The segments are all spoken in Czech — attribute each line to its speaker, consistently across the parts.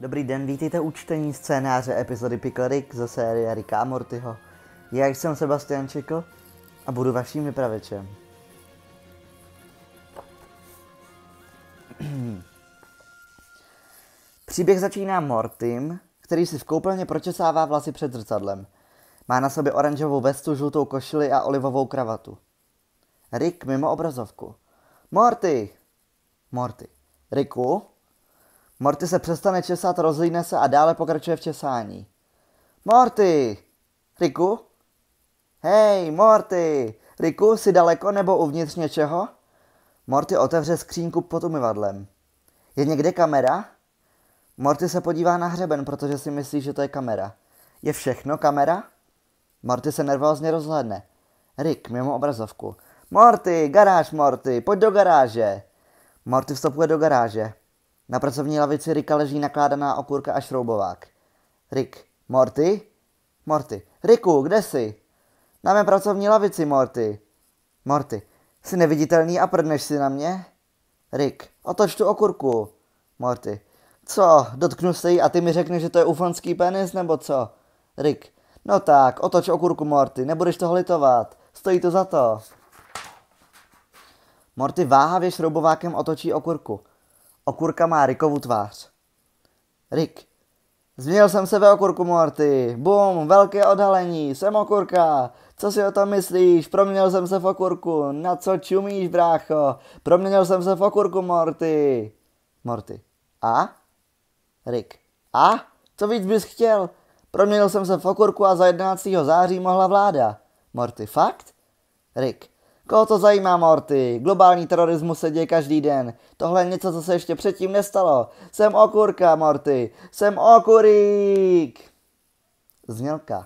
Speaker 1: Dobrý den, vítejte u čtení scénáře epizody Pickle Rick ze série Ricka a Mortyho. Já jsem Sebastian Čekl a budu vaším vypravěčem. Příběh začíná Mortym, který si v koupelně pročesává vlasy před zrcadlem. Má na sobě oranžovou vestu, žlutou košili a olivovou kravatu. Rick mimo obrazovku. Morty! Morty. Ricku? Morty se přestane česat, rozhlídne se a dále pokračuje v česání. Morty! Ricku? Hej, Morty! Ricku, jsi daleko nebo uvnitř něčeho? Morty otevře skřínku pod umyvadlem. Je někde kamera? Morty se podívá na hřeben, protože si myslí, že to je kamera. Je všechno kamera? Morty se nervózně rozhlédne. Rick mimo obrazovku. Morty, garáž Morty, pojď do garáže. Morty vstupuje do garáže. Na pracovní lavici Ricka leží nakládaná okurka a šroubovák. Rick. Morty? Morty. Ricku, kde jsi? Na mé pracovní lavici, Morty. Morty. Jsi neviditelný a prdneš si na mě? Rick. Otoč tu okurku. Morty. Co? Dotknu se jí a ty mi řekneš, že to je ufonský penis, nebo co? Rick. No tak, otoč okurku, Morty, nebudeš toho litovat. Stojí to za to. Morty váhavě šroubovákem otočí okurku. Okurka má Rickovu tvář. Rick. Změnil jsem se ve okurku, Morty. Bum, velké odhalení, jsem okurka. Co si o tom myslíš? Proměnil jsem se v okurku. Na co čumíš, brácho? Proměnil jsem se v okurku, Morty. Morty. A? Rick. A? Co víc bys chtěl? Proměnil jsem se v okurku a za 11. září mohla vláda. Morty. Fakt? Rick. Koho to zajímá, Morty? Globální terorismus se děje každý den. Tohle je něco, co se ještě předtím nestalo. Jsem okurka, Morty. Jsem okurík. Znělka.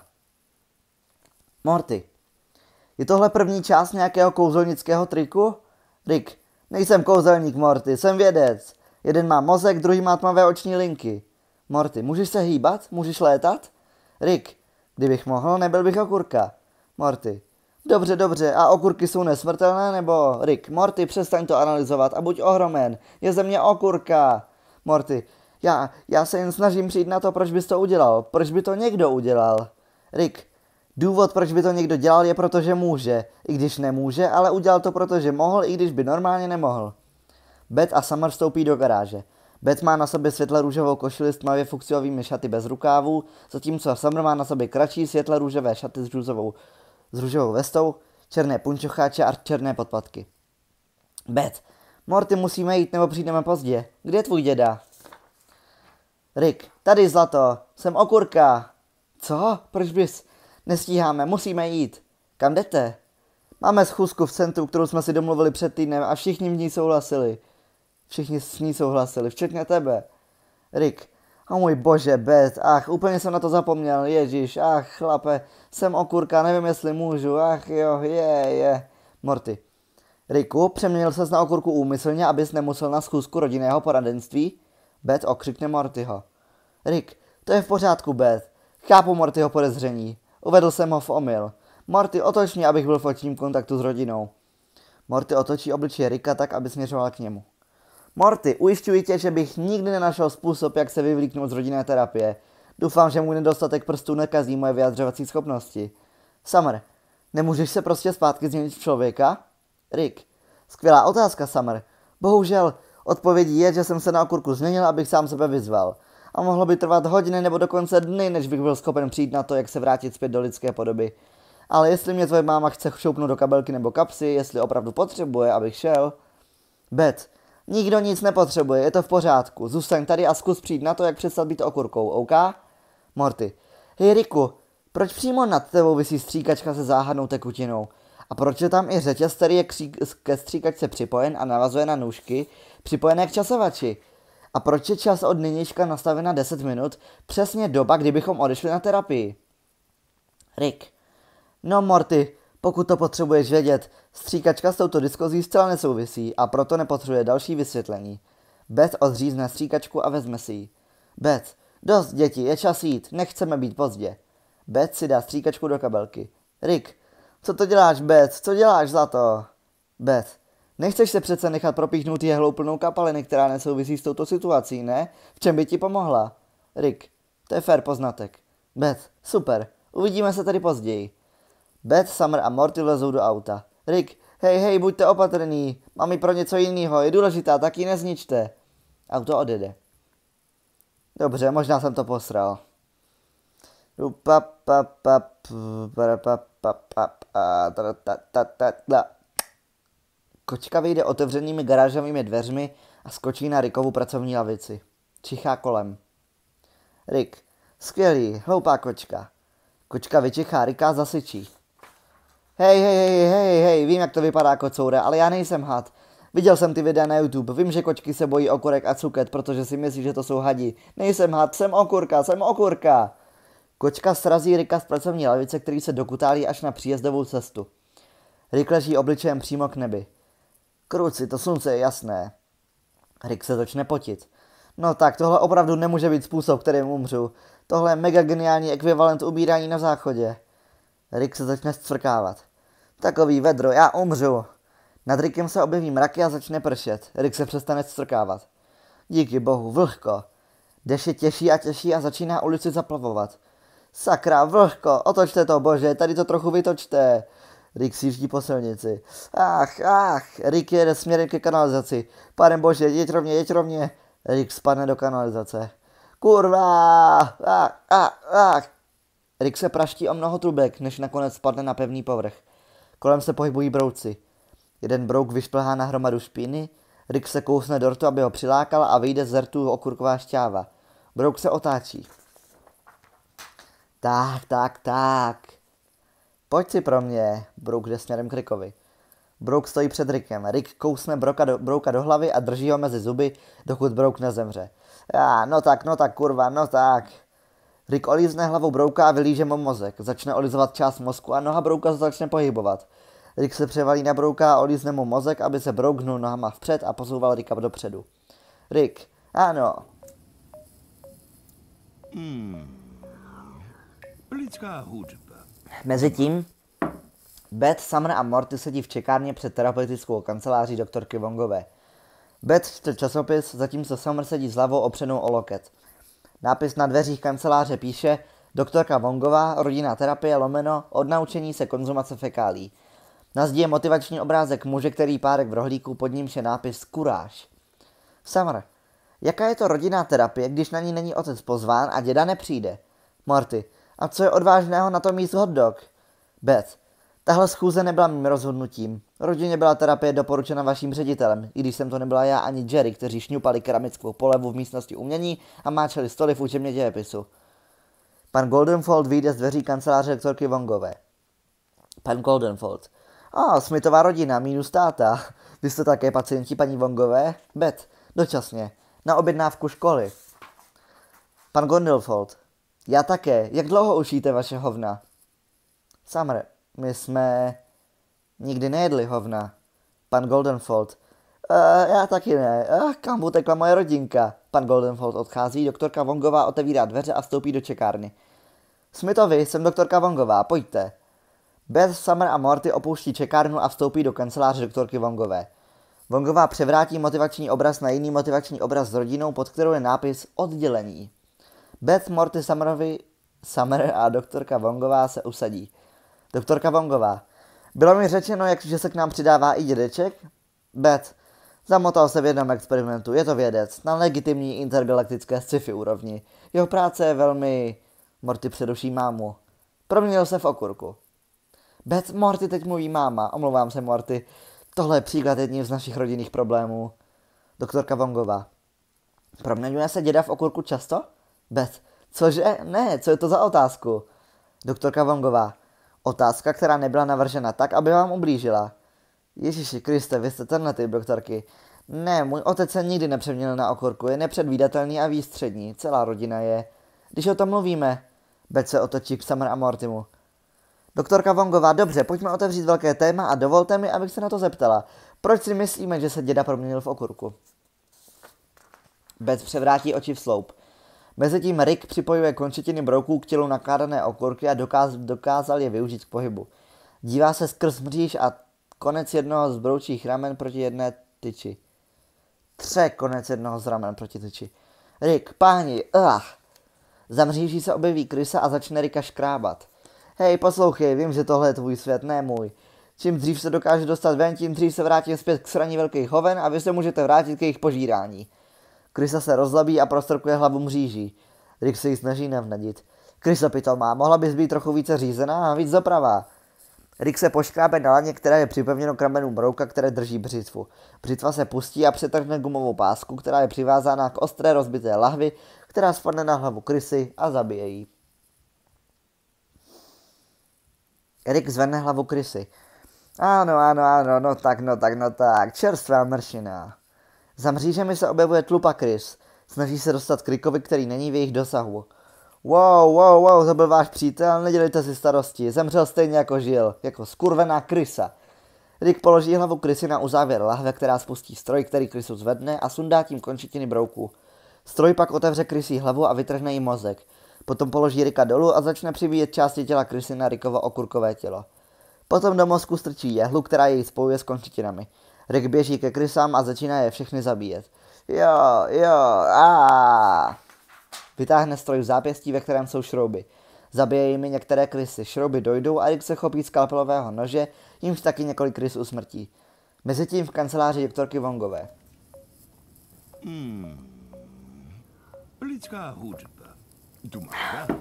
Speaker 1: Morty. Je tohle první část nějakého kouzelnického triku? Rick. Nejsem kouzelník, Morty. Jsem vědec. Jeden má mozek, druhý má tmavé oční linky. Morty. Můžeš se hýbat? Můžeš létat? Rick. Kdybych mohl, nebyl bych okurka. Morty. Dobře, a okurky jsou nesmrtelné, nebo? Rick, Morty, přestaň to analyzovat a buď ohromen. Je ze mě okurka. Morty, já se jen snažím přijít na to, proč bys to udělal. Proč by to někdo udělal? Rick, důvod, proč by to někdo dělal, je protože může. I když nemůže, ale udělal to, protože mohl, i když by normálně nemohl. Beth a Summer vstoupí do garáže. Beth má na sobě světle růžovou košili s tmavě fuksiovými šaty bez rukávů, zatímco Summer má na sobě kratší světle růžové šaty s růžovou vestou, černé punčocháče a černé podpatky. Beth, Morty, musíme jít, nebo přijdeme pozdě. Kde je tvůj děda? Rick, tady zlato, jsem okurka. Co? Proč bys? Nestíháme, musíme jít. Kam jdete? Máme schůzku v centru, kterou jsme si domluvili před týdnem a všichni v ní souhlasili. Všichni s ní souhlasili, včetně tebe. Rick, o můj bože, Beth, úplně jsem na to zapomněl, ježíš, chlape, jsem okurka, nevím, jestli můžu, jo, je. Morty. Ricku, přeměnil ses na okurku úmyslně, abys nemusel na schůzku rodinného poradenství? Beth okřikne Mortyho. Rick, to je v pořádku, Beth. Chápu Mortyho podezření. Uvedl jsem ho v omyl. Morty, otoč mě, abych byl v očním kontaktu s rodinou. Morty otočí obličej Ricka tak, aby směřoval k němu. Morty, ujišťuji tě, že bych nikdy nenašel způsob, jak se vyvlíknout z rodinné terapie. Doufám, že můj nedostatek prstů nekazí moje vyjadřovací schopnosti. Summer, nemůžeš se prostě zpátky změnit v člověka? Rick, skvělá otázka, Summer. Bohužel, odpovědí je, že jsem se na okurku změnil, abych sám sebe vyzval. A mohlo by trvat hodiny nebo dokonce dny, než bych byl schopen přijít na to, jak se vrátit zpět do lidské podoby. Ale jestli mě tvoje máma chce šoupnout do kabelky nebo kapsy, jestli opravdu potřebuje, abych šel... Beth, nikdo nic nepotřebuje, je to v pořádku. Zůstaň tady a zkus přijít na to, jak přestat být okurkou, OK? Morty. Hej, Ricku, proč přímo nad tebou visí stříkačka se záhadnou tekutinou? A proč je tam i řetěz, který je ke stříkačce připojen a navazuje na nůžky připojené k časovači? A proč je čas od nynějška nastaven na 10 minut, přesně doba, kdybychom odešli na terapii? Rick. No, Morty, pokud to potřebuješ vědět, stříkačka s touto diskozí zcela nesouvisí a proto nepotřebuje další vysvětlení. Beth odřízne stříkačku a vezme si ji. Beth, dost děti, je čas jít, nechceme být pozdě. Beth si dá stříkačku do kabelky. Rick, co to děláš, Beth, co děláš, zlato? Beth, nechceš se přece nechat propíchnout jehlou plnou kapaliny, která nesouvisí s touto situací, ne? V čem by ti pomohla? Rick, to je fair poznatek. Beth, super, uvidíme se tady později. Beth, Summer a Morty lezou do auta. Rick, hej, buďte opatrný, mám ji pro něco jiného, je důležitá, tak ji nezničte. Auto odjede. Dobře, možná jsem to posral. Kočka vyjde otevřenými garážovými dveřmi a skočí na Rickovu pracovní lavici. Čichá kolem. Rick, skvělý, hloupá kočka. Kočka vyčichá, Ricka zasyčí. Hej, vím, jak to vypadá, kocoure, ale já nejsem had. Viděl jsem ty videa na YouTube, vím, že kočky se bojí okurek a cuket, protože si myslí, že to jsou hadi. Nejsem had, jsem okurka. Kočka srazí Ricka z pracovní lavice, který se dokutálí až na příjezdovou cestu. Rick leží obličejem přímo k nebi. Kruci, to slunce je jasné. Rick se začne potit. No tak, tohle opravdu nemůže být způsob, kterým umřu. Tohle je mega geniální ekvivalent ubírání na záchodě. Rick se začne zcvrkávat. Takový vedro, já umřu. Nad Rickem se objeví mraky a začne pršet. Rick se přestane zcvrkávat. Díky bohu, vlhko. Dešť je těžší a začíná ulici zaplavovat. Sakra, vlhko, otočte to, bože, tady to trochu vytočte. Rick sjíždí po silnici. Rick jede směrem ke kanalizaci. Pane bože, jeď rovně. Rick spadne do kanalizace. Kurva! Rick se praští o mnoho trubek, než nakonec spadne na pevný povrch. Kolem se pohybují brouci. Jeden brouk vyšplhá na hromadu špíny, Rick se kousne do rtu, aby ho přilákala a vyjde z rtu okurková šťáva. Brouk se otáčí. Tak. Pojď si pro mě, Brouk jde směrem k Rickovi. Brouk stojí před Rickem. Rick kousne Brouka do hlavy a drží ho mezi zuby, dokud Brouk nezemře. No tak, kurva, no tak. Rick olízne hlavou Brouka a vylíže mu mozek. Začne olizovat část mozku a noha Brouka se začne pohybovat. Rick se převalí na Brouka a olízne mu mozek, aby se Brouk hnul nohama vpřed a posouval Ricka dopředu. Rick, ano.
Speaker 2: Lidská hudba.
Speaker 1: Mezitím Beth, Summer a Morty sedí v čekárně před terapeutickou kanceláří doktorky Wongové. Beth čte časopis, zatímco Summer sedí s hlavou opřenou o loket. Nápis na dveřích kanceláře píše doktorka Wongová, rodinná terapie / od naučení se konzumace fekálí. Na zdi je motivační obrázek muže, který párek v rohlíku, pod nímž je nápis kuráž. Summer, jaká je to rodinná terapie, když na ní není otec pozván a děda nepřijde? Morty, a co je odvážného na tom jíst hot dog? Beth, tahle schůze nebyla mým rozhodnutím. Rodině byla terapie doporučena vaším ředitelem, i když jsem to nebyla já ani Jerry, kteří šňupali keramickou polevu v místnosti umění a máčeli stoly v učebně dějepisu. Pan Goldenfold vyjde z dveří kanceláře doktorky Wongové. Pan Goldenfold. Smithová rodina, minus táta. Vy jste také pacienti paní Wongové? Beth, dočasně. Na objednávku školy. Pan Goldenfold. Já také. Jak dlouho učíte vaše hovna? Summer, my jsme nikdy nejedli hovna. Pan Goldenfold. Já taky ne. Kam utekla moje rodinka? Pan Goldenfold odchází, doktorka Wongová otevírá dveře a vstoupí do čekárny. Smithovi, jsem doktorka Wongová, pojďte. Beth, Summer a Morty opouští čekárnu a vstoupí do kanceláře doktorky Wongové. Wongová převrátí motivační obraz na jiný motivační obraz s rodinou, pod kterou je nápis oddělení. Beth, Morty, Summer a doktorka Wongová se usadí. Doktorka Wongová. Bylo mi řečeno, že se k nám přidává i dědeček? Beth. Zamotal se v jednom experimentu, je to vědec, na legitimní intergalaktické sci-fi úrovni. Jeho práce je velmi... Morty přeruší mámu. Proměnil se v okurku. Beth, Morty, teď mluví máma. Omlouvám se, Morty. Tohle je příklad jedním z našich rodinných problémů. Doktorka Wongová. Proměňuje se děda v okurku často? Beth. Cože? Ne, co je to za otázku? Doktorka Wongová. Otázka, která nebyla navržena tak, aby vám ublížila. Ježiši Kriste, vy jste tenhle typ, doktorky. Ne, můj otec se nikdy nepřeměnil na okurku, je nepředvídatelný a výstřední. Celá rodina je. Když o tom mluvíme. Beth se otočí k Summer a Mortimu. Doktorka Wongová, dobře, pojďme otevřít velké téma a dovolte mi, abych se na to zeptala. Proč si myslíme, že se děda proměnil v okurku? Beth převrátí oči v sloup. Mezitím Rick připojuje končetiny brouků k tělu nakládané okurky a dokázal je využít k pohybu. Dívá se skrz mříž a konec jednoho z broučích ramen proti jedné tyči. Konec jednoho z ramen proti tyči. Rick, páni, Za mříží se objeví Chrisa a začne Ricka škrábat. Hej, poslouchej, vím, že tohle je tvůj svět, ne můj. Čím dřív se dokáže dostat ven, tím dřív se vrátím zpět k sraní velkých hoven a vy se můžete vrátit k jejich požírání. Chrisa se rozlabí a prostrkuje hlavu mříží. Rick se jí snaží navnadit. Chriso pitomá, mohla bys být trochu více řízená a víc doprava. Rick se poškrábe na laně, které je připevněno k ramenu brouka, které drží břitvu. Břitva se pustí a přetrhne gumovou pásku, která je přivázána k ostré rozbité lahvi, která spadne na hlavu Chrisy a zabije ji. Rick zvedne hlavu Chrisy. Ano, no tak, čerstvá mršina. Za mřížemi se objevuje tlupa Chris. Snaží se dostat k Rickovi, který není v jejich dosahu. Wow, to byl váš přítel, nedělejte si starosti, zemřel stejně jako žil, jako skurvená Chrisa. Rick položí hlavu Chrisy na uzávěr lahve, která spustí stroj, který Chrisu zvedne a sundá tím končetiny brouku. Stroj pak otevře Chrisy hlavu a vytrhne jí mozek. Potom položí Ricka dolů a začne přivíjet části těla Chrisy na Rickovo okurkové tělo. Potom do mozku strčí jehlu, která jej spojuje s končetinami. Rick běží ke Chrisám a začíná je všechny zabíjet. Vytáhne stroj v zápěstí, ve kterém jsou šrouby. Zabije jimi některé Chrisy, šrouby dojdou a Rick se chopí skalpelového nože, jimž taky několik Chris usmrtí. Mezitím v kanceláři doktorky Wongové.
Speaker 2: Lidská hudba. Tu máš rád.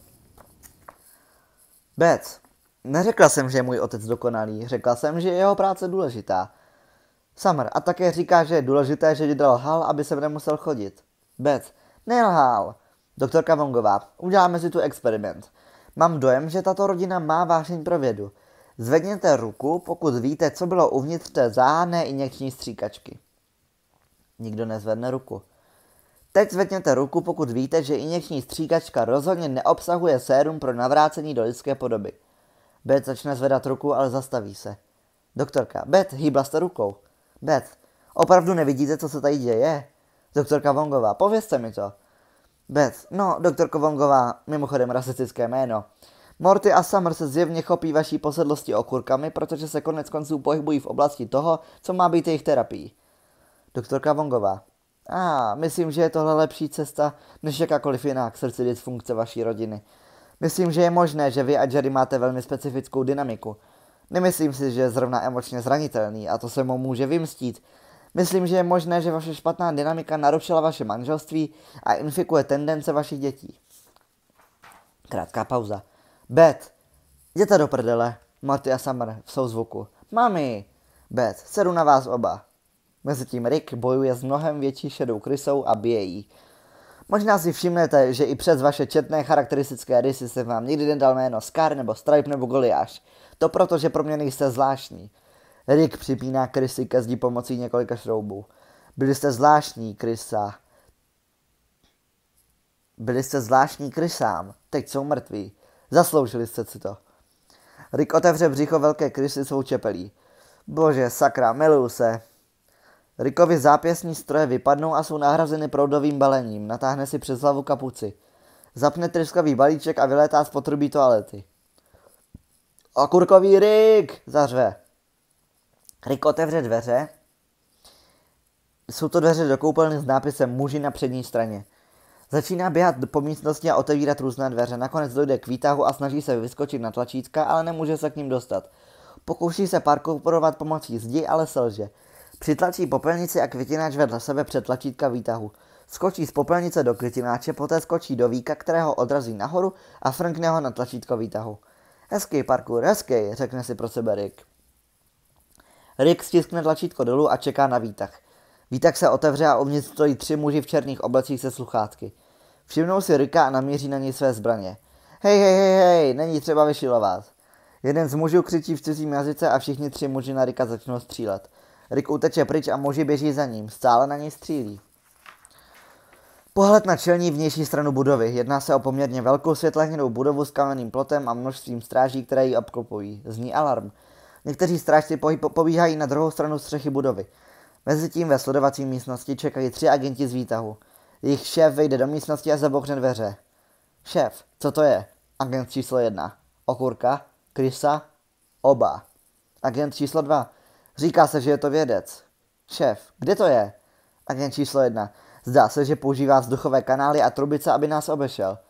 Speaker 1: Beth, neřekla jsem, že je můj otec dokonalý, řekla jsem, že je jeho práce důležitá. Summer, a také říká, že je důležité, že dědal lhal, aby se nemusel chodit. Beth, nelhal. Doktorka Wongová, uděláme si tu experiment. Mám dojem, že tato rodina má vášeň pro vědu. Zvedněte ruku, pokud víte, co bylo uvnitř té záhadné injekční stříkačky. Nikdo nezvedne ruku. Teď zvedněte ruku, pokud víte, že injekční stříkačka rozhodně neobsahuje sérum pro navrácení do lidské podoby. Beth začne zvedat ruku, ale zastaví se. Doktorka, Beth, hýbla jste rukou. Beth, opravdu nevidíte, co se tady děje? Doktorka Wongová, povězte mi to. Beth, no, doktorko Wongová, mimochodem rasistické jméno. Morty a Summer se zjevně chopí vaší posedlosti okurkami, protože se konec konců pohybují v oblasti toho, co má být jejich terapií. Doktorka Wongová. Myslím, že je tohle lepší cesta, než jakákoliv jiná k srdci dysfunkce vaší rodiny. Myslím, že je možné, že vy a Jerry máte velmi specifickou dynamiku. Nemyslím si, že je zrovna emočně zranitelný a to se mu může vymstít. Myslím, že je možné, že vaše špatná dynamika narušila vaše manželství a infikuje tendence vašich dětí. Krátká pauza. Beth, jděte do prdele. Morty a Summer v souzvuku. Mami. Beth, sedu na vás oba. Mezitím Rick bojuje s mnohem větší šedou Chrisou a bije jí. Možná si všimnete, že i přes vaše četné charakteristické rysy se vám nikdy nedal jméno Scar nebo Stripe nebo Goliáš. To proto, že pro mě nejste zvláštní. Rick připíná Chrisy ke zdi pomocí několika šroubů. Byli jste zvláštní, Chrisa. Byli jste zvláštní Chrisám. Teď jsou mrtví. Zasloužili jste si to. Rick otevře břicho velké Chrisy svou čepelí. Bože, sakra, miluju se. Rickovi zápěstní stroje vypadnou a jsou nahrazeny proudovým balením. Natáhne si přes hlavu kapuci. Zapne tryskový balíček a vylétá z potrubí toalety. Okurkový Rick! Zařve. Rick otevře dveře. Jsou to dveře do koupelny s nápisem muži na přední straně. Začíná běhat po místnosti a otevírat různé dveře. Nakonec dojde k výtahu a snaží se vyskočit na tlačítka, ale nemůže se k ním dostat. Pokouší se parkourovat pomocí zdi, ale selže. Přitlačí popelnici a květináč vedle sebe před tlačítka výtahu. Skočí z popelnice do květináče, poté skočí do víka, kterého odrazí nahoru a frnkne ho na tlačítko výtahu. Hezký parkour, hezký, řekne si pro sebe Rick. Rick stiskne tlačítko dolů a čeká na výtah. Výtah se otevře a uvnitř stojí 3 muži v černých oblecích se sluchátky. Všimnou si Ricka a namíří na něj své zbraně. Hej, není třeba vyšilovat. Jeden z mužů křičí v cizím jazyce a všichni 3 muži na Ricka začnou střílet. Rick uteče pryč a muži běží za ním, stále na něj střílí. Pohled na čelní vnější stranu budovy. Jedná se o poměrně velkou světlehněnou budovu s kamenným plotem a množstvím stráží, které ji obklopují. Zní alarm. Někteří strážci pobíhají na druhou stranu střechy budovy. Mezitím ve sledovací místnosti čekají 3 agenti z výtahu. Jejich šéf vejde do místnosti a zabouchne dveře. Šéf, co to je? Agent číslo 1. Okurka? Chrisa? Oba. Agent číslo 2. Říká se, že je to vědec. Šéf, kde to je? Agent číslo 1. Zdá se, že používá vzduchové kanály a trubice, aby nás obešel.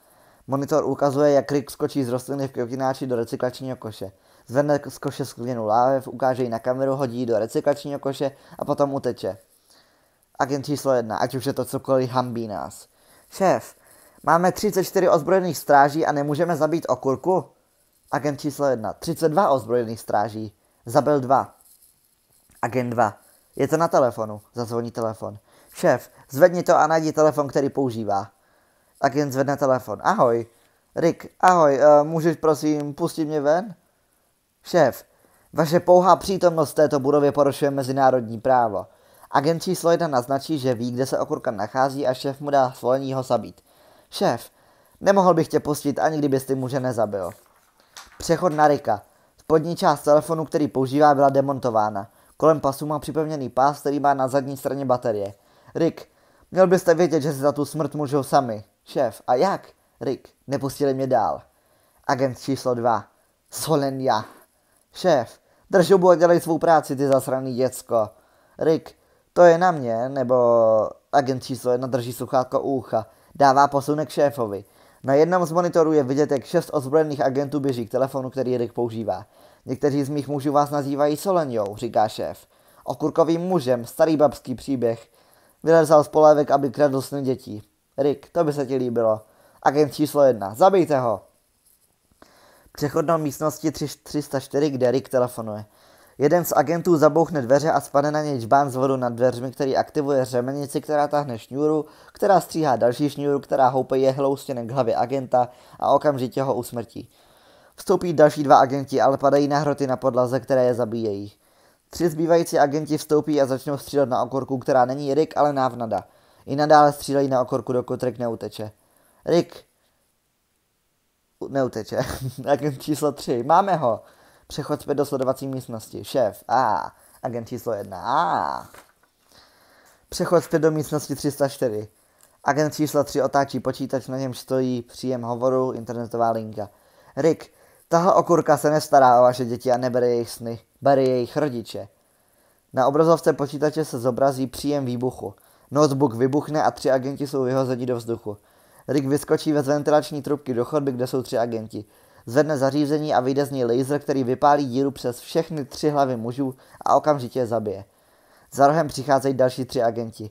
Speaker 1: Monitor ukazuje, jak Rick skočí z rostliny v květináči do recyklačního koše. Zvedne z koše skleněnou láhev, ukáže ji na kameru, hodí ji do recyklačního koše a potom uteče. Agent číslo 1, ať už je to cokoliv, hambí nás. Šéf, máme 34 ozbrojených stráží a nemůžeme zabít okurku? Agent číslo 1, 32 ozbrojených stráží. Zabil 2. Agent 2, je to na telefonu, zazvoní telefon. Šéf, zvedni to a najdi telefon, který používá. Agent zvedne telefon. Ahoj. Rick, ahoj, můžeš prosím pustit mě ven? Šéf, vaše pouhá přítomnost v této budově porušuje mezinárodní právo. Agent číslo 1 naznačí, že ví, kde se okurka nachází a šéf mu dá svolení ho zabít. Šéf, nemohl bych tě pustit, ani kdybys ty muže nezabil. Přechod na Ricka. Spodní část telefonu, který používá, byla demontována. Kolem pasu má připevněný pás, který má na zadní straně baterie. Rick, měl byste vědět, že si za tu smrt můžou sami. Šéf, a jak? Rick, nepustili mě dál. Agent číslo 2. Solenja. Šéf, drž hubu a dělej svou práci, ty zasraný děcko. Rick, to je na mě, nebo agent číslo 1 drží sluchátko u ucha. Dává posunek šéfovi. Na jednom z monitorů je vidět, jak 6 ozbrojených agentů běží k telefonu, který Rick používá. Někteří z mých mužů vás nazývají Solenjou, říká šéf. Okurkovým mužem, starý babský příběh. Vylezal z polévek, aby kradl sny dětí. Rick, to by se ti líbilo. Agent číslo 1, zabijte ho. Přechodnou místnosti 304, kde Rick telefonuje. Jeden z agentů zabouchne dveře a spadne na něj žbán z vodu nad dveřmi, který aktivuje řemenici, která táhne šňůru, která stříhá další šňůru, která houpe jehlou stěnek k hlavě agenta a okamžitě ho usmrtí. Vstoupí další 2 agenti, ale padají na hroty na podlaze, které je zabíjejí. 3 zbývající agenti vstoupí a začnou střílet na okurku, která není Rick, ale návnada. I nadále střílejí na okurku, dokud Rick neuteče. Rick neuteče. Agent číslo 3. Máme ho. Přechod zpět do sledovací místnosti. Šéf. Agent číslo 1. Přechod zpět do místnosti 304. Agent číslo 3 otáčí počítač, na něm stojí příjem hovoru, internetová linka. Rick, tahle okurka se nestará o vaše děti a nebere jejich sny. Bere jejich rodiče. Na obrazovce počítače se zobrazí příjem výbuchu. Notebook vybuchne a 3 agenti jsou vyhozeni do vzduchu. Rick vyskočí ve ventilační trubky do chodby, kde jsou 3 agenti. Zvedne zařízení a vyjde z něj laser, který vypálí díru přes všechny 3 hlavy mužů a okamžitě je zabije. Za rohem přicházejí další 3 agenti.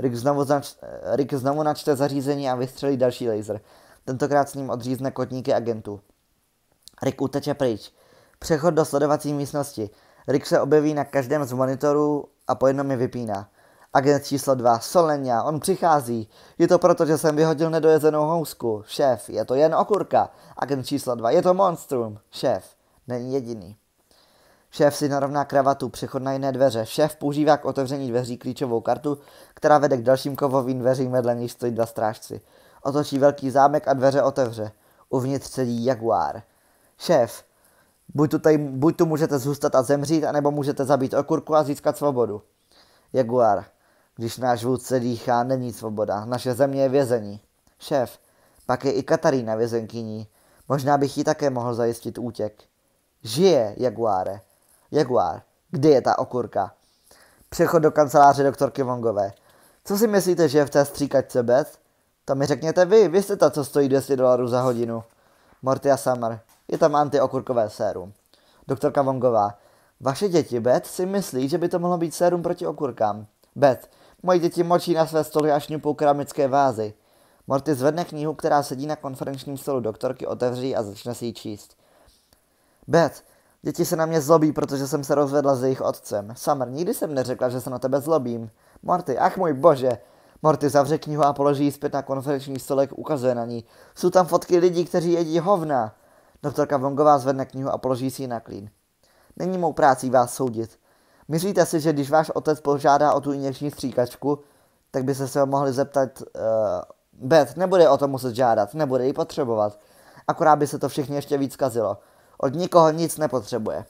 Speaker 1: Rick znovu načte zařízení a vystřelí další laser. Tentokrát s ním odřízne kotníky agentů. Rick uteče pryč. Přechod do sledovací místnosti. Rick se objeví na každém z monitorů a po jednom je vypíná. Agent číslo 2. Solenja, on přichází. Je to proto, že jsem vyhodil nedojezenou housku. Šéf, je to jen okurka. Agent číslo 2. Je to monstrum. Šéf, není jediný. Šéf si narovná kravatu, přechod na jiné dveře. Šéf používá k otevření dveří klíčovou kartu, která vede k dalším kovovým dveřím, vedle níž stojí 2 strážci. Otočí velký zámek a dveře otevře. Uvnitř sedí jaguár. Šéf, buď tu můžete zůstat a zemřít, anebo můžete zabít okurku a získat svobodu. Jaguár, když náš vůdce dýchá, není svoboda. Naše země je vězení. Šéf, pak je i Katarína vězenkyní. Možná bych jí také mohl zajistit útěk. Žije, Jaguáre. Jaguár, kde je ta okurka? Přechod do kanceláře doktorky Wongové. Co si myslíte, že je v té stříkačce Beth? To mi řekněte vy jste ta, co stojí $200 za hodinu. Morty a Summer, je tam antiokurkové sérum. Doktorka Wongová, vaše děti, Beth, si myslí, že by to mohlo být sérum proti okurkám. Beth, moje děti močí na své stoly a šňupou keramické vázy. Morty zvedne knihu, která sedí na konferenčním stolu doktorky, otevří a začne si ji číst. Beth, děti se na mě zlobí, protože jsem se rozvedla s jejich otcem. Summer, nikdy jsem neřekla, že se na tebe zlobím. Morty, ach můj bože. Morty zavře knihu a položí ji zpět na konferenční stolek, ukazuje na ní. Jsou tam fotky lidí, kteří jedí hovna. Doktorka Wongová zvedne knihu a položí si ji na klín. Není mou prácí vás soudit. Myslíte si, že když váš otec požádá o tu injekční stříkačku, tak by se ho mohli zeptat, Beth, nebude o to muset žádat, nebude ji potřebovat. Akorát by se to všichni ještě víc kazilo. Od nikoho nic nepotřebuje.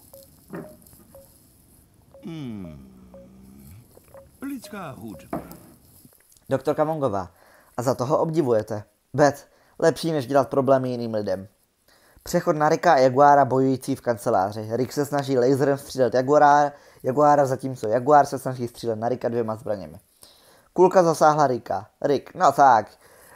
Speaker 2: Lidská hudba.
Speaker 1: Doktorka Wongová. A za toho obdivujete. Beth, lepší než dělat problémy jiným lidem. Přechod na Ricka a Jaguára bojující v kanceláři. Rick se snaží laserem střílet Jaguára, zatímco Jaguár se snaží střílet na Ricka 2 zbraněmi. Kulka zasáhla Ricka. Rick, no tak.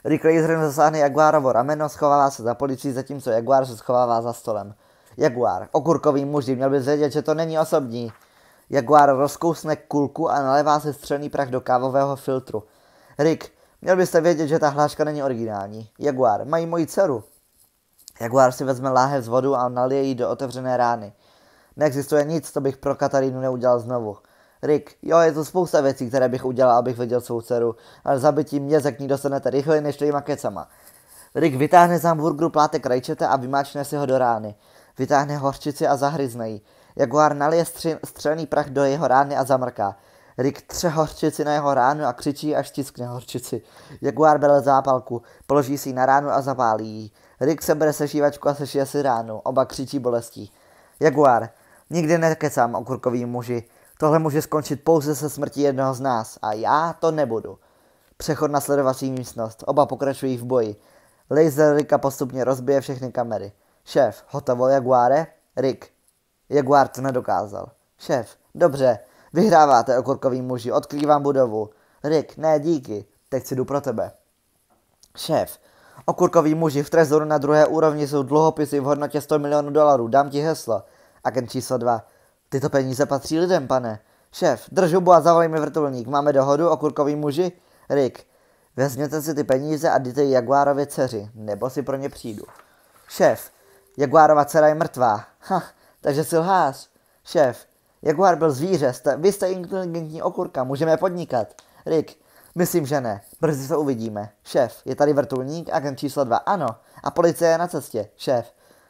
Speaker 1: Rick laserem zasáhne Jaguárovo rameno, schovává se za policií, zatímco Jaguár se schovává za stolem. Jaguár, okurkový muži, měl bys vědět, že to není osobní. Jaguár rozkousne kulku a nalévá se střelný prach do kávového filtru. Rick, měl byste vědět, že ta hláška není originální. Jaguár, mají moji dceru. Jaguár si vezme láhev z vodu a nalije ji do otevřené rány. Neexistuje nic, co bych pro Katarínu neudělal znovu. Rick, jo, je to spousta věcí, které bych udělal, abych viděl svou dceru, ale zabití mě ze k ní dostanete rychleji než těma kecama. Rick vytáhne z hamburgeru plátek rajčete a vymáčne si ho do rány. Vytáhne hořčici a zahryzne ji. Jaguár nalije střelný prach do jeho rány a zamrká. Rick tře hořčici na jeho ránu a křičí, až stiskne hořčici. Jaguár bere zápalku, položí si ji na ránu a zapálí ji. Rick sebere sešívačku a sešije si ránu. Oba křičí bolestí. Jaguár, nikdy nekecám, okurkový muži. Tohle může skončit pouze se smrtí jednoho z nás a já to nebudu. Přechod na sledovací místnost. Oba pokračují v boji. Laser Ricka postupně rozbije všechny kamery. Šéf, hotovo, Jaguáre? Rick. Jaguár to nedokázal. Šéf, dobře, vyhráváte, okurkový muži, odkrývám budovu. Rick, ne, díky, teď si jdu pro tebe. Šéf, okurkový muži, v trezoru na druhé úrovni jsou dluhopisy v hodnotě $100 milionů, dám ti heslo. Agent číslo 2. Tyto peníze patří lidem, pane. Šéf, drž hubu a zavolej mi vrtulník. Máme dohodu, okurkový muži? Rick, vezměte si ty peníze a dejte ji Jaguárově dceři, nebo si pro ně přijdu. Šéf, Jaguárova dcera je mrtvá. Takže si lhář. Šéf, Jaguár byl zvíře, vy jste inteligentní okurka, můžeme podnikat. Rick, myslím, že ne, brzy to uvidíme. Šéf, je tady vrtulník, agent číslo 2, ano, a policie je na cestě. Šéf,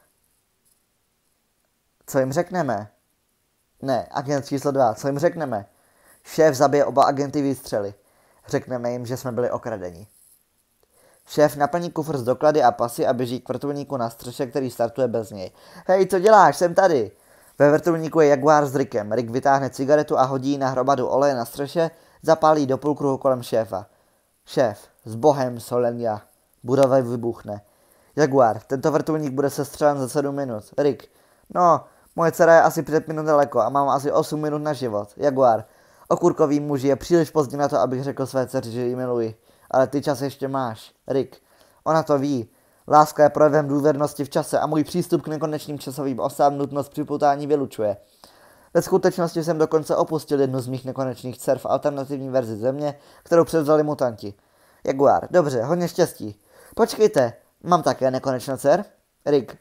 Speaker 1: co jim řekneme? Ne, agent číslo 2, co jim řekneme? Šéf zabije oba agenty výstřely. Řekneme jim, že jsme byli okradeni. Šéf naplní kufr z doklady a pasy a běží k vrtulníku na střeše, který startuje bez něj. Hej, co děláš? Jsem tady. Ve vrtulníku je Jaguár s Rickem. Rick vytáhne cigaretu a hodí ji na hromadu oleje na střeše, zapálí do půlkruhu kolem šéfa. Šéf, s bohem, Solenia. Budova vybuchne. Jaguár, tento vrtulník bude sestřelen za 7 minut. Rick, no, moje dcera je asi 5 minut daleko a mám asi 8 minut na život. Jaguár, okurkový muži, je příliš pozdě na to, abych řekl své dceři, že ji miluji. Ale ty čas ještě máš. Rick, ona to ví. Láska je projevem důvěrnosti v čase a můj přístup k nekonečným časovým osám nutnost připoutání vylučuje. Ve skutečnosti jsem dokonce opustil jednu z mých nekonečných dcer v alternativní verzi země, kterou převzali mutanti. Jaguár, dobře, hodně štěstí. Počkejte, mám také nekonečnou dcer? Rick,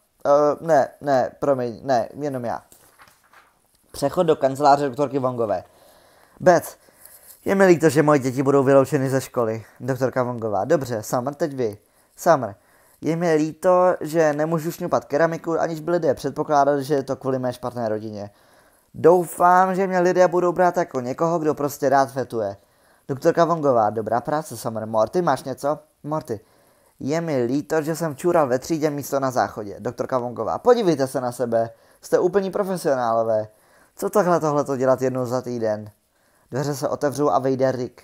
Speaker 1: ne, promiň, ne, jenom já. Přechod do kanceláře doktorky Wongové. Beth, je mi líto, že moje děti budou vyloučeny ze školy. Doktorka Wongová, dobře, Summer, teď vy. Summer, je mi líto, že nemůžu šňupat keramiku, aniž by lidé předpokládali, že je to kvůli mé špatné rodině. Doufám, že mě lidé budou brát jako někoho, kdo prostě rád fetuje. Doktorka Wongová, dobrá práce, Summer. Morty, máš něco? Morty, je mi líto, že jsem čůral ve třídě místo na záchodě. Doktorka Wongová, podívejte se na sebe, jste úplní profesionálové. Co takhle tohleto dělat jednou za týden? Dveře se otevřou a vejde Rick.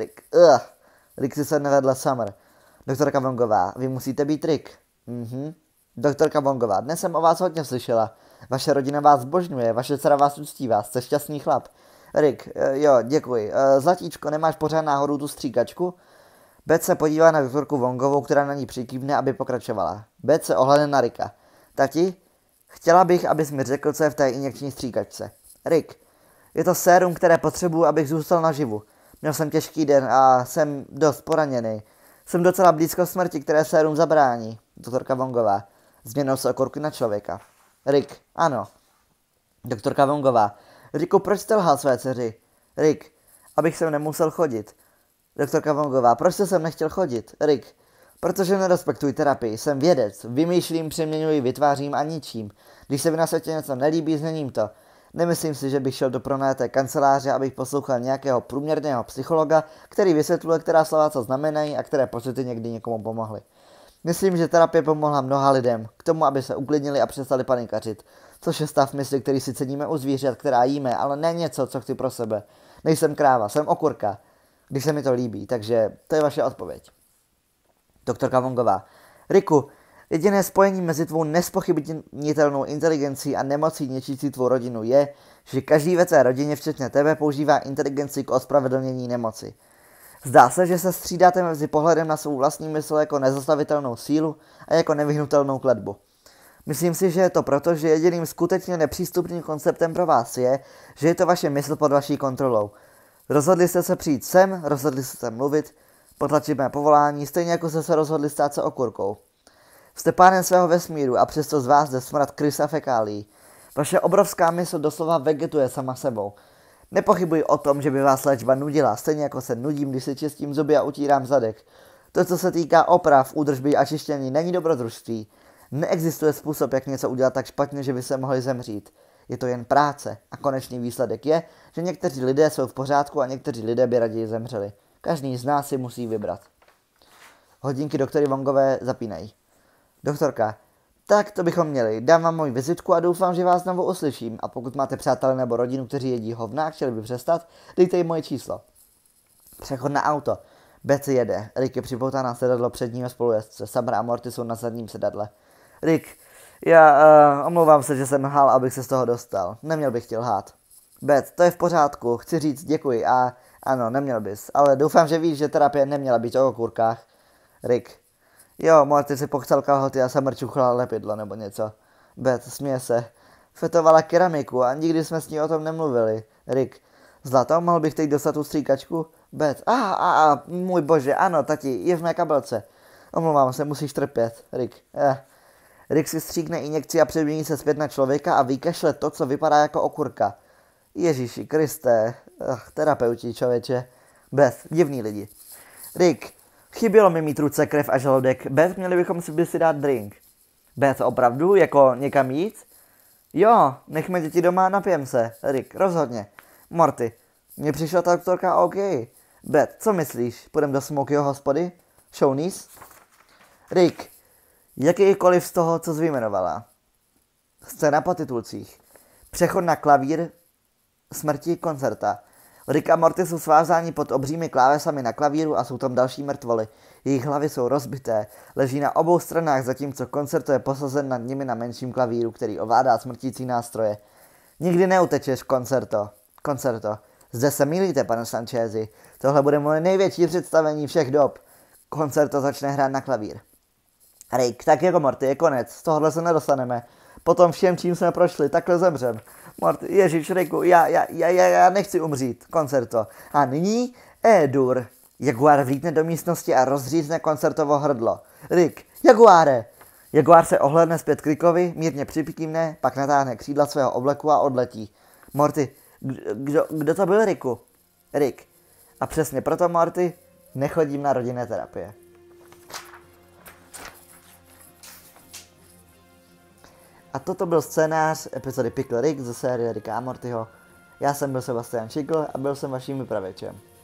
Speaker 1: Rick si sedne vedle Summer. Doktorka Wongová, vy musíte být Rick. Doktorka Wongová, dnes jsem o vás hodně slyšela. Vaše rodina vás zbožňuje, vaše dcera vás uctívá, jste šťastný chlap. Rick, jo, děkuji. Zlatíčko, nemáš pořád náhodou tu stříkačku? Beth se podívá na doktorku Wongovou, která na ní přikývne, aby pokračovala. Beth se ohlédne na Ricka. Tati, chtěla bych, abys mi řekl, co je v té injekční stříkačce. Rick, je to sérum, které potřebuji, abych zůstal naživu. Měl jsem těžký den a jsem dost poraněný. Jsem docela blízko smrti, které sérum zabrání. Doktorka Wongová. Změnil se okurky na člověka. Rick, ano. Doktorka Wongová. Ricku, proč jste lhal své dceři? Rick, abych sem nemusel chodit. Doktorka Wongová, proč jste sem nechtěl chodit? Rick, protože nerespektuji terapii, jsem vědec, vymýšlím, přeměňuji, vytvářím a ničím. Když se mi na světě něco nelíbí, změním to. Nemyslím si, že bych šel do pronajaté kanceláře, abych poslouchal nějakého průměrného psychologa, který vysvětluje, která slova co znamenají a které pocity někdy někomu pomohly. Myslím, že terapie pomohla mnoha lidem k tomu, aby se uklidnili a přestali panikařit, což je stav mysli, který si ceníme u zvířat, která jíme, ale ne něco, co chci pro sebe. Nejsem kráva, jsem okurka, když se mi to líbí, takže to je vaše odpověď. Doktorka Wongová. Ricku, jediné spojení mezi tvou nespochybnitelnou inteligencí a nemocí ničící tvou rodinu je, že každý ve té rodině, včetně tebe, používá inteligenci k ospravedlnění nemoci. Zdá se, že se střídáte mezi pohledem na svou vlastní mysl jako nezastavitelnou sílu a jako nevyhnutelnou kletbu. Myslím si, že je to proto, že jediným skutečně nepřístupným konceptem pro vás je, že je to vaše mysl pod vaší kontrolou. Rozhodli jste se přijít sem, rozhodli jste se mluvit, potlačit mé povolání, stejně jako jste se rozhodli stát se okurkou. Jste pánem svého vesmíru a přesto z vás jde smrad krys a fekálí. Vaše obrovská mysl doslova vegetuje sama sebou. Nepochybuji o tom, že by vás léčba nudila, stejně jako se nudím, když si čistím zuby a utírám zadek. To, co se týká oprav, údržby a čištění, není dobrodružství. Neexistuje způsob, jak něco udělat tak špatně, že by se mohli zemřít. Je to jen práce a konečný výsledek je, že někteří lidé jsou v pořádku a někteří lidé by raději zemřeli. Každý z nás si musí vybrat. Hodinky doktory Wongové zapínají. Doktorka, tak to bychom měli. Dám vám moji vizitku a doufám, že vás znovu uslyším. A pokud máte přátelé nebo rodinu, kteří jedí hovna a chtěli by přestat, dejte jim moje číslo. Přechod na auto. Beth jede. Rick je připoután na sedadlo předního spolujezdce. Summer a Morty jsou na zadním sedadle. Rick, já omlouvám se, že jsem lhal, abych se z toho dostal. Neměl bych tě lhát. Beth, to je v pořádku. Chci říct děkuji a ano, neměl bys. Ale doufám, že víš, že terapie neměla být o okurkách. Rick. Jo, Morty si pochcel kalhoty a Summer čuchala lepidlo nebo něco. Beth, směje se. Fetovala keramiku a nikdy jsme s ní o tom nemluvili. Rick. Zlato, mohl bych teď dostat tu stříkačku? Beth. Můj bože, ano, tati, je v mé kabelce. Omlouvám se, musíš trpět. Rick. Rick si stříkne injekci a přemění se zpět na člověka a vykašle to, co vypadá jako okurka. Ježíši Kriste. Terapeuti, člověče. Beth, divný lidi. Rick. Chybělo mi mít ruce, krev a žaludek. Beth, měli bychom si dát drink. Beth, opravdu? Jako někam jít? Jo, nechme děti doma a napijem se. Rick, rozhodně. Morty, mně přišla ta doktorka OK. Beth, co myslíš? Půjdem do Smokeyho hospody? Shownies? Rick, jakýkoliv z toho, co jsi vyjmenovala. Scéna po titulcích. Přechod na klavír smrti koncerta. Rick a Morty jsou svázáni pod obřími klávesami na klavíru a jsou tam další mrtvoly. Jejich hlavy jsou rozbité, leží na obou stranách, zatímco koncerto je posazen nad nimi na menším klavíru, který ovládá smrtící nástroje. Nikdy neutečeš, koncerto. Zde se mýlíte, pane Sanchezi. Tohle bude moje největší představení všech dob. Koncerto začne hrát na klavír. Rick, tak jako Morty, je konec. Z tohohle se nedostaneme. Potom všem, čím jsme prošli, takhle zemřem. Morty, ježiš, Ricku, já nechci umřít. Koncerto. A nyní E-dur. Jaguár vlítne do místnosti a rozřízne koncertovo hrdlo. Rick, Jaguáre! Jaguár se ohlédne zpět k Rickovi, mírně připíkne, pak natáhne křídla svého obleku a odletí. Morty, kdo to byl, Ricku? Rick. A přesně proto, Morty, nechodím na rodinné terapie. A toto byl scénář epizody Pickle Rick ze série Ricka a Mortyho. Já jsem byl Sebastian Šikl a byl jsem vaším vypravěčem.